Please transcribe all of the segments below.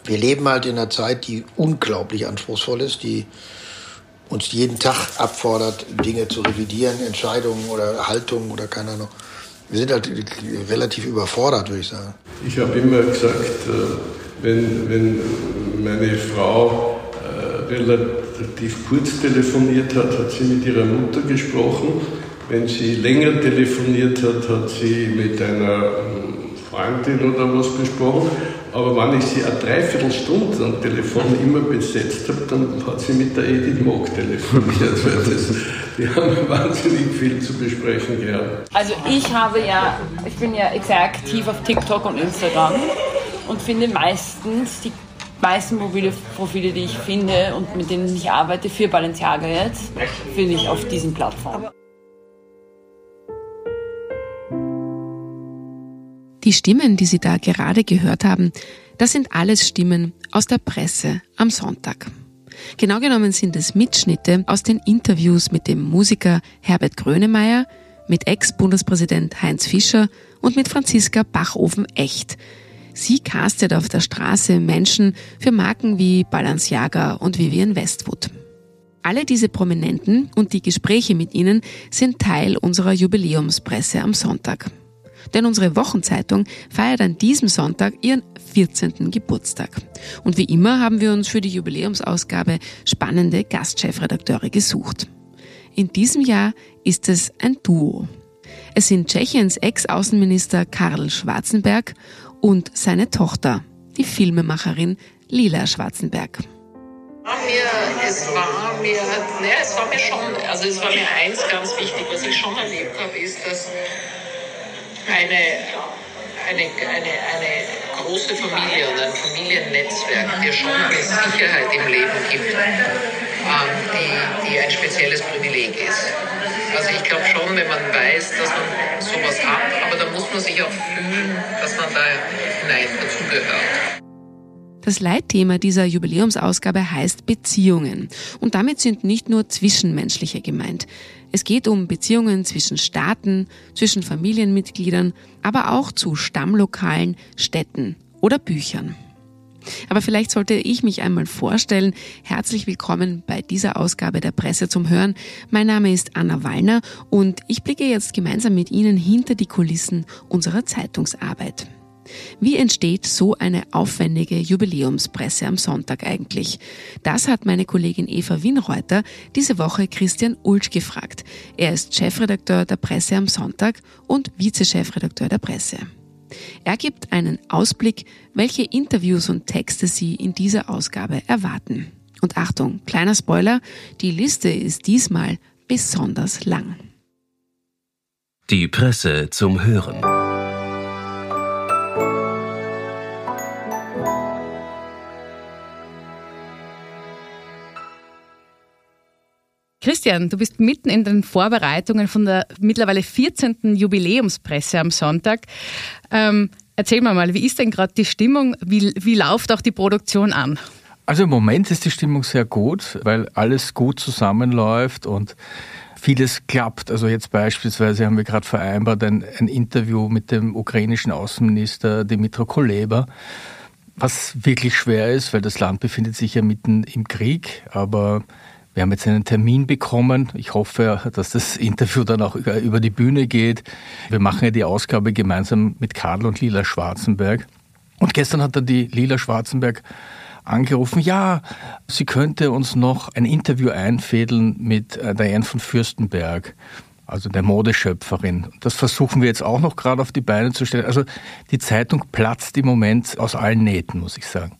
Wir leben halt in einer Zeit, die unglaublich anspruchsvoll ist, die uns jeden Tag abfordert, Dinge zu revidieren, Entscheidungen oder Haltungen oder keine Ahnung. Wir sind halt relativ überfordert, würde ich sagen. Ich habe immer gesagt, wenn meine Frau relativ kurz telefoniert hat, hat sie mit ihrer Mutter gesprochen. Wenn sie länger telefoniert hat, hat sie mit einer Freundin oder was gesprochen. Aber wenn ich sie eine Dreiviertelstunde am Telefon immer besetzt habe, dann hat sie mit der Edith Mock telefoniert, weil die haben wahnsinnig viel zu besprechen gehabt. Also ich bin ja sehr aktiv auf TikTok und Instagram und finde die meisten mobile Profile, die ich finde und mit denen ich arbeite, für Balenciaga jetzt, finde ich auf diesen Plattformen. Die Stimmen, die Sie da gerade gehört haben, das sind alles Stimmen aus der Presse am Sonntag. Genau genommen sind es Mitschnitte aus den Interviews mit dem Musiker Herbert Grönemeyer, mit Ex-Bundespräsident Heinz Fischer und mit Franziska Bachhofen-Echt. Sie castet auf der Straße Menschen für Marken wie Balenciaga und Vivienne Westwood. Alle diese Prominenten und die Gespräche mit ihnen sind Teil unserer Jubiläumspresse am Sonntag. Denn unsere Wochenzeitung feiert an diesem Sonntag ihren 14. Geburtstag. Und wie immer haben wir uns für die Jubiläumsausgabe spannende Gastchefredakteure gesucht. In diesem Jahr ist es ein Duo. Es sind Tschechiens Ex-Außenminister Karl Schwarzenberg und seine Tochter, die Filmemacherin Lila Schwarzenberg. Es war mir eins ganz wichtig, was ich schon erlebt habe, ist, dass eine große Familie und ein Familiennetzwerk dir schon eine Sicherheit im Leben gibt, die ein spezielles Privileg ist. Also ich glaube schon, wenn man weiß, dass man sowas hat, aber da muss man sich auch fühlen, dass man da hinein dazugehört. Das Leitthema dieser Jubiläumsausgabe heißt Beziehungen. Und damit sind nicht nur zwischenmenschliche gemeint. Es geht um Beziehungen zwischen Staaten, zwischen Familienmitgliedern, aber auch zu Stammlokalen, Städten oder Büchern. Aber vielleicht sollte ich mich einmal vorstellen. Herzlich willkommen bei dieser Ausgabe der Presse zum Hören. Mein Name ist Anna Wallner und ich blicke jetzt gemeinsam mit Ihnen hinter die Kulissen unserer Zeitungsarbeit. Wie entsteht so eine aufwendige Jubiläumspresse am Sonntag eigentlich? Das hat meine Kollegin Eva Winreuter diese Woche Christian Ulsch gefragt. Er ist Chefredakteur der Presse am Sonntag und Vizechefredakteur der Presse. Er gibt einen Ausblick, welche Interviews und Texte Sie in dieser Ausgabe erwarten. Und Achtung, kleiner Spoiler, die Liste ist diesmal besonders lang. Die Presse zum Hören. Christian, du bist mitten in den Vorbereitungen von der mittlerweile 14. Jubiläumspresse am Sonntag. Erzähl mir mal, wie ist denn gerade die Stimmung? Wie läuft auch die Produktion an? Also im Moment ist die Stimmung sehr gut, weil alles gut zusammenläuft und vieles klappt. Also jetzt beispielsweise haben wir gerade vereinbart ein Interview mit dem ukrainischen Außenminister Dmytro Kuleba, was wirklich schwer ist, weil das Land befindet sich ja mitten im Krieg, aber wir haben jetzt einen Termin bekommen. Ich hoffe, dass das Interview dann auch über die Bühne geht. Wir machen ja die Ausgabe gemeinsam mit Karl und Lila Schwarzenberg. Und gestern hat dann die Lila Schwarzenberg angerufen, ja, sie könnte uns noch ein Interview einfädeln mit Diane von Fürstenberg, also der Modeschöpferin. Das versuchen wir jetzt auch noch gerade auf die Beine zu stellen. Also die Zeitung platzt im Moment aus allen Nähten, muss ich sagen.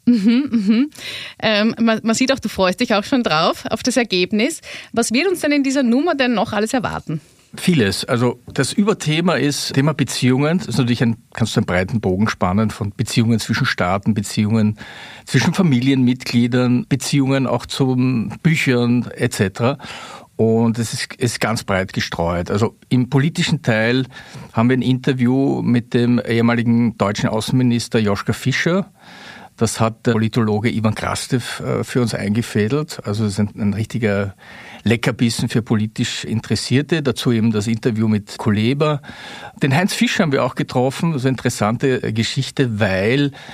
Man sieht auch, du freust dich auch schon drauf, auf das Ergebnis. Was wird uns denn in dieser Nummer denn noch alles erwarten? Vieles. Also das Überthema ist Thema Beziehungen. Das ist natürlich kannst du einen breiten Bogen spannen von Beziehungen zwischen Staaten, Beziehungen zwischen Familienmitgliedern, Beziehungen auch zu Büchern etc. Und es ist ganz breit gestreut. Also im politischen Teil haben wir ein Interview mit dem ehemaligen deutschen Außenminister Joschka Fischer. Das hat der Politologe Ivan Krastev für uns eingefädelt. Also es ist ein richtiger Leckerbissen für politisch Interessierte. Dazu eben das Interview mit Kuleba. Den Heinz Fischer haben wir auch getroffen. Das ist eine interessante Geschichte, weil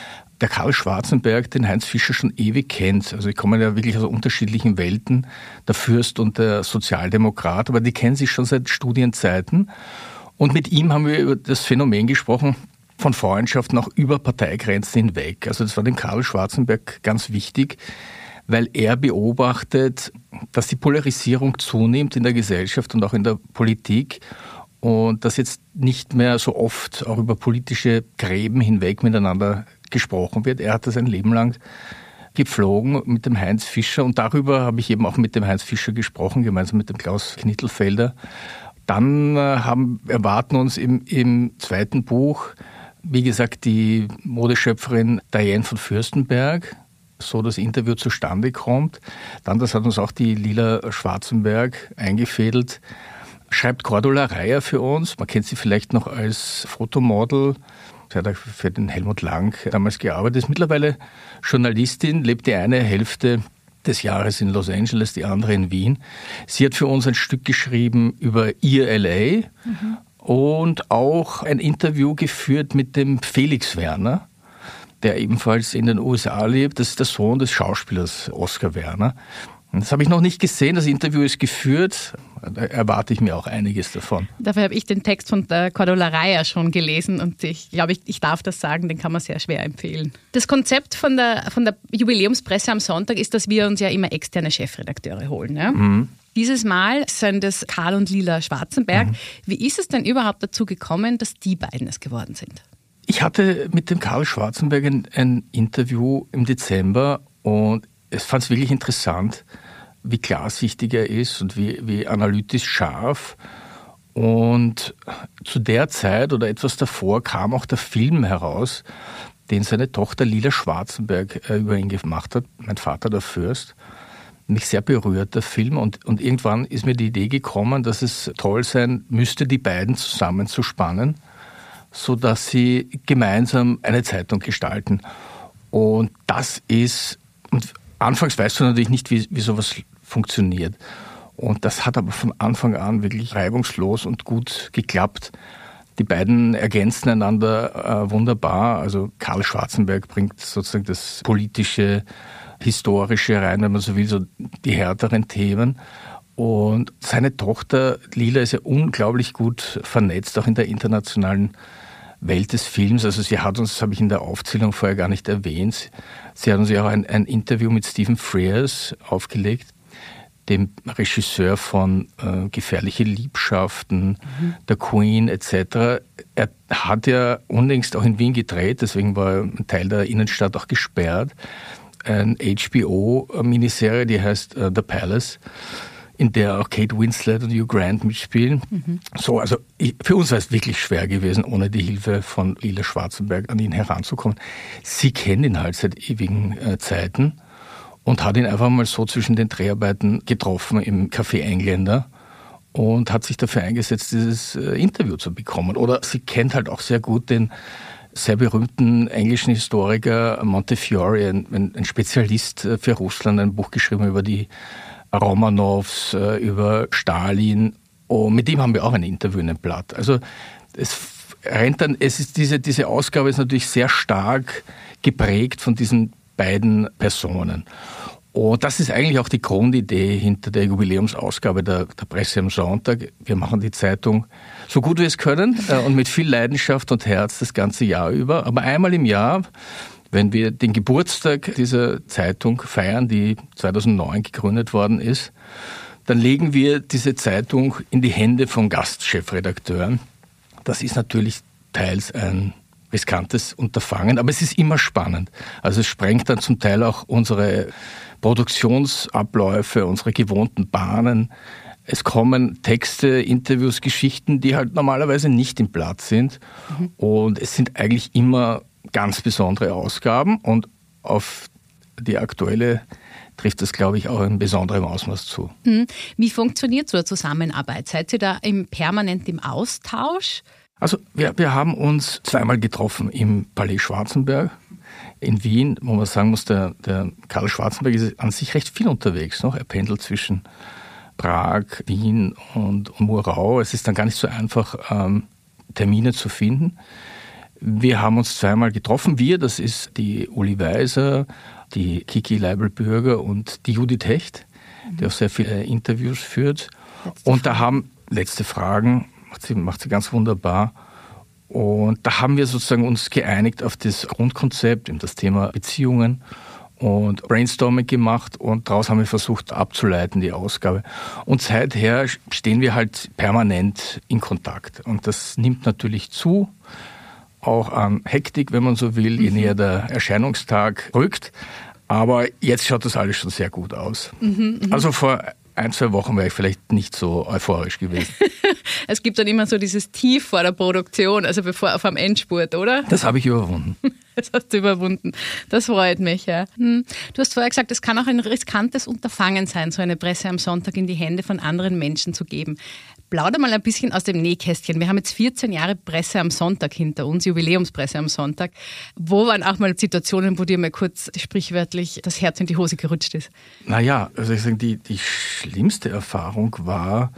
der Karl Schwarzenberg den Heinz Fischer schon ewig kennt. Also die kommen ja wirklich aus unterschiedlichen Welten, der Fürst und der Sozialdemokrat, aber die kennen sich schon seit Studienzeiten. Und mit ihm haben wir über das Phänomen gesprochen, von Freundschaften auch über Parteigrenzen hinweg. Also das war dem Karl Schwarzenberg ganz wichtig, weil er beobachtet, dass die Polarisierung zunimmt in der Gesellschaft und auch in der Politik und dass jetzt nicht mehr so oft auch über politische Gräben hinweg miteinander gesprochen wird. Er hat das ein Leben lang gepflogen mit dem Heinz Fischer und darüber habe ich eben auch mit dem Heinz Fischer gesprochen, gemeinsam mit dem Klaus Knittelfelder. Dann erwarten uns im zweiten Buch, wie gesagt, die Modeschöpferin Diane von Fürstenberg, so das Interview zustande kommt. Dann, das hat uns auch die Lila Schwarzenberg eingefädelt, schreibt Cordula Reier für uns. Man kennt sie vielleicht noch als Fotomodel. Sie hat für den Helmut Lang damals gearbeitet, ist mittlerweile Journalistin, lebt die eine Hälfte des Jahres in Los Angeles, die andere in Wien. Sie hat für uns ein Stück geschrieben über ihr L.A. Und auch ein Interview geführt mit dem Felix Werner, der ebenfalls in den USA lebt. Das ist der Sohn des Schauspielers Oskar Werner. Das habe ich noch nicht gesehen, das Interview ist geführt, da erwarte ich mir auch einiges davon. Dafür habe ich den Text von der Cordula Reier schon gelesen und ich glaube, ich darf das sagen, den kann man sehr schwer empfehlen. Das Konzept von der Jubiläumspresse am Sonntag ist, dass wir uns ja immer externe Chefredakteure holen. Ja? Dieses Mal sind es Karl und Lila Schwarzenberg. Wie ist es denn überhaupt dazu gekommen, dass die beiden es geworden sind? Ich hatte mit dem Karl Schwarzenberg ein Interview im Dezember und ich fand es wirklich interessant, wie klarsichtig er ist und wie analytisch scharf. Und zu der Zeit oder etwas davor kam auch der Film heraus, den seine Tochter Lila Schwarzenberg über ihn gemacht hat, Mein Vater der Fürst. Mich sehr berührt, der Film. Und irgendwann ist mir die Idee gekommen, dass es toll sein müsste, die beiden zusammenzuspannen, sodass sie gemeinsam eine Zeitung gestalten. Und das ist... Anfangs weißt du natürlich nicht, wie sowas funktioniert. Und das hat aber von Anfang an wirklich reibungslos und gut geklappt. Die beiden ergänzen einander wunderbar. Also Karl Schwarzenberg bringt sozusagen das politische, historische rein, wenn man so will, so die härteren Themen. Und seine Tochter Lila ist ja unglaublich gut vernetzt, auch in der internationalen Welt des Films. Also sie hat uns, das habe ich in der Aufzählung vorher gar nicht erwähnt, sie hat uns ja auch ein Interview mit Stephen Frears aufgelegt, dem Regisseur von Gefährliche Liebschaften, der Queen etc. Er hat ja unlängst auch in Wien gedreht, deswegen war ein Teil der Innenstadt auch gesperrt. Eine HBO-Miniserie, die heißt The Palace, in der auch Kate Winslet und Hugh Grant mitspielen. So, also für uns war es wirklich schwer gewesen, ohne die Hilfe von Lila Schwarzenberg an ihn heranzukommen. Sie kennt ihn halt seit ewigen Zeiten und hat ihn einfach mal so zwischen den Dreharbeiten getroffen im Café Engländer und hat sich dafür eingesetzt, dieses Interview zu bekommen. Oder sie kennt halt auch sehr gut den sehr berühmten englischen Historiker Montefiore, ein Spezialist für Russland, ein Buch geschrieben über die Romanows, über Stalin. Und mit ihm haben wir auch ein Interview in einem Blatt. Also diese Ausgabe ist natürlich sehr stark geprägt von diesen beiden Personen. Und das ist eigentlich auch die Grundidee hinter der Jubiläumsausgabe der Presse am Sonntag. Wir machen die Zeitung so gut wir es können und mit viel Leidenschaft und Herz das ganze Jahr über. Aber einmal im Jahr, wenn wir den Geburtstag dieser Zeitung feiern, die 2009 gegründet worden ist, dann legen wir diese Zeitung in die Hände von Gastchefredakteuren. Das ist natürlich teils ein riskantes Unterfangen, aber es ist immer spannend. Also es sprengt dann zum Teil auch unsere Produktionsabläufe, unsere gewohnten Bahnen. Es kommen Texte, Interviews, Geschichten, die halt normalerweise nicht im Blatt sind. Und es sind eigentlich immer ganz besondere Ausgaben und auf die aktuelle trifft das, glaube ich, auch in besonderem Ausmaß zu. Wie funktioniert so eine Zusammenarbeit? Seid ihr da permanent im Austausch? Also wir haben uns zweimal getroffen im Palais Schwarzenberg in Wien, wo man sagen muss, der Karl Schwarzenberg ist an sich recht viel unterwegs noch. Er pendelt zwischen Prag, Wien und Murau. Es ist dann gar nicht so einfach, Termine zu finden. Wir haben uns zweimal getroffen. Das ist die Uli Weiser, die Kiki Leibl-Bürger und die Judith Hecht, die auch sehr viele Interviews führt. Letzte Fragen, macht sie ganz wunderbar. Und da haben wir sozusagen uns geeinigt auf das Grundkonzept, das Thema Beziehungen und Brainstorming gemacht und daraus haben wir versucht abzuleiten, die Ausgabe. Und seither stehen wir halt permanent in Kontakt. Und das nimmt natürlich zu, auch an Hektik, wenn man so will, je näher der Erscheinungstag rückt. Aber jetzt schaut das alles schon sehr gut aus. Also vor 1-2 Wochen wäre ich vielleicht nicht so euphorisch gewesen. Es gibt dann immer so dieses Tief vor der Produktion, also bevor auf am Endspurt, oder? Das habe ich überwunden. Das hast du überwunden. Das freut mich, ja. Du hast vorher gesagt, es kann auch ein riskantes Unterfangen sein, so eine Presse am Sonntag in die Hände von anderen Menschen zu geben. Plauder mal ein bisschen aus dem Nähkästchen. Wir haben jetzt 14 Jahre Presse am Sonntag hinter uns, Jubiläumspresse am Sonntag. Wo waren auch mal Situationen, wo dir mal kurz sprichwörtlich das Herz in die Hose gerutscht ist? Naja, also ich sage, die schlimmste Erfahrung war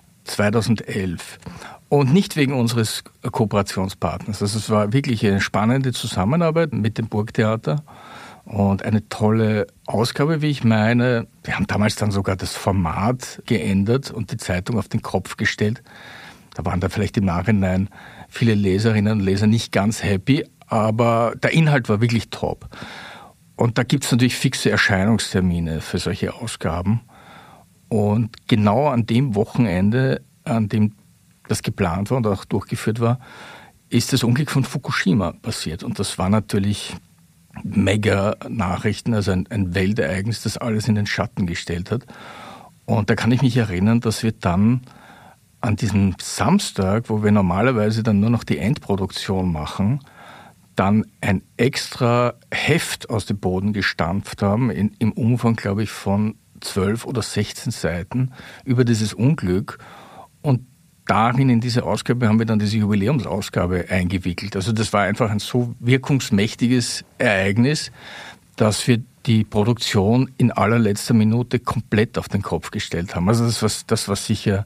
2011. Und nicht wegen unseres Kooperationspartners. Also es war wirklich eine spannende Zusammenarbeit mit dem Burgtheater und eine tolle Ausgabe, wie ich meine. Wir haben damals dann sogar das Format geändert und die Zeitung auf den Kopf gestellt. Da waren da vielleicht im Nachhinein viele Leserinnen und Leser nicht ganz happy, aber der Inhalt war wirklich top. Und da gibt es natürlich fixe Erscheinungstermine für solche Ausgaben. Und genau an dem Wochenende, an dem das geplant war und auch durchgeführt war, ist das Unglück von Fukushima passiert. Und das war natürlich mega Nachrichten, also ein Weltereignis, das alles in den Schatten gestellt hat. Und da kann ich mich erinnern, dass wir dann an diesem Samstag, wo wir normalerweise dann nur noch die Endproduktion machen, dann ein extra Heft aus dem Boden gestampft haben, im Umfang, glaube ich, von 12 oder 16 Seiten über dieses Unglück. Und darin, in diese Ausgabe, haben wir dann diese Jubiläumsausgabe eingewickelt. Also das war einfach ein so wirkungsmächtiges Ereignis, dass wir die Produktion in allerletzter Minute komplett auf den Kopf gestellt haben. Also das war sicher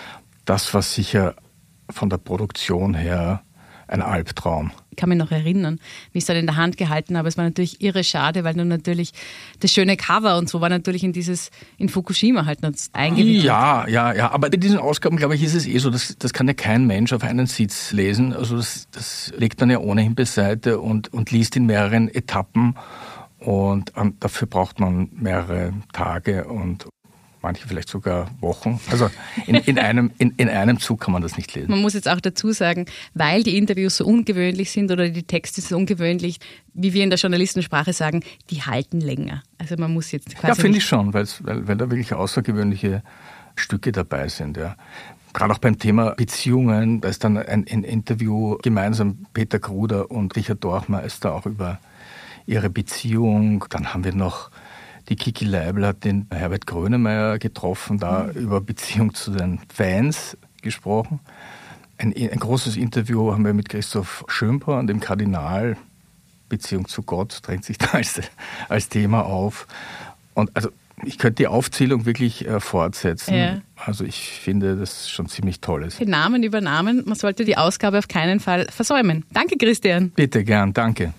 von der Produktion her ein Albtraum. Ich kann mich noch erinnern, wie ich es dann in der Hand gehalten habe. Es war natürlich irre schade, weil du natürlich das schöne Cover und so war natürlich in Fukushima halt noch eingewickelt. Ja. Aber bei diesen Ausgaben, glaube ich, ist es so, das kann ja kein Mensch auf einen Sitz lesen. Also das legt man ja ohnehin beiseite und liest in mehreren Etappen. Und dafür braucht man mehrere Tage und manche vielleicht sogar Wochen. Also in einem Zug kann man das nicht lesen. Man muss jetzt auch dazu sagen, weil die Interviews so ungewöhnlich sind oder die Texte so ungewöhnlich, wie wir in der Journalistensprache sagen, die halten länger. Also man muss jetzt quasi... Ja, finde ich schon, weil da wirklich außergewöhnliche Stücke dabei sind. Ja. Gerade auch beim Thema Beziehungen, da ist dann ein Interview gemeinsam Peter Kruder und Richard Dorfmeister auch über ihre Beziehung. Dann haben wir noch die Kiki Leibl hat den Herbert Grönemeyer getroffen, da über Beziehung zu den Fans gesprochen. Ein großes Interview haben wir mit Christoph Schönborn, dem Kardinal. Beziehung zu Gott drängt sich da als Thema auf. Und also ich könnte die Aufzählung wirklich fortsetzen. Ja. Also ich finde das schon ziemlich toll. Namen über Namen, man sollte die Ausgabe auf keinen Fall versäumen. Danke, Christian. Bitte, gern, danke.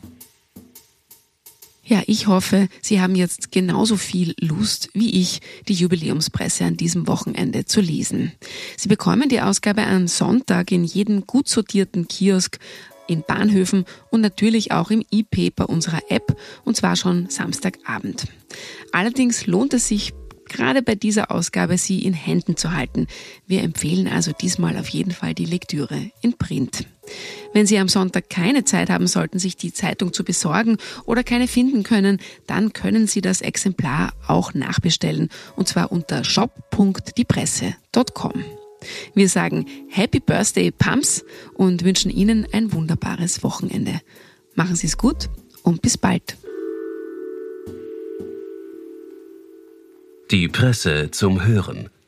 Ja, ich hoffe, Sie haben jetzt genauso viel Lust wie ich, die Jubiläumspresse an diesem Wochenende zu lesen. Sie bekommen die Ausgabe am Sonntag in jedem gut sortierten Kiosk, in Bahnhöfen und natürlich auch im E-Paper unserer App, und zwar schon Samstagabend. Allerdings lohnt es sich, gerade bei dieser Ausgabe sie in Händen zu halten. Wir empfehlen also diesmal auf jeden Fall die Lektüre in Print. Wenn Sie am Sonntag keine Zeit haben sollten, sich die Zeitung zu besorgen oder keine finden können, dann können Sie das Exemplar auch nachbestellen, und zwar unter shop.diepresse.com. Wir sagen Happy Birthday Pumps und wünschen Ihnen ein wunderbares Wochenende. Machen Sie es gut und bis bald. Die Presse zum Hören.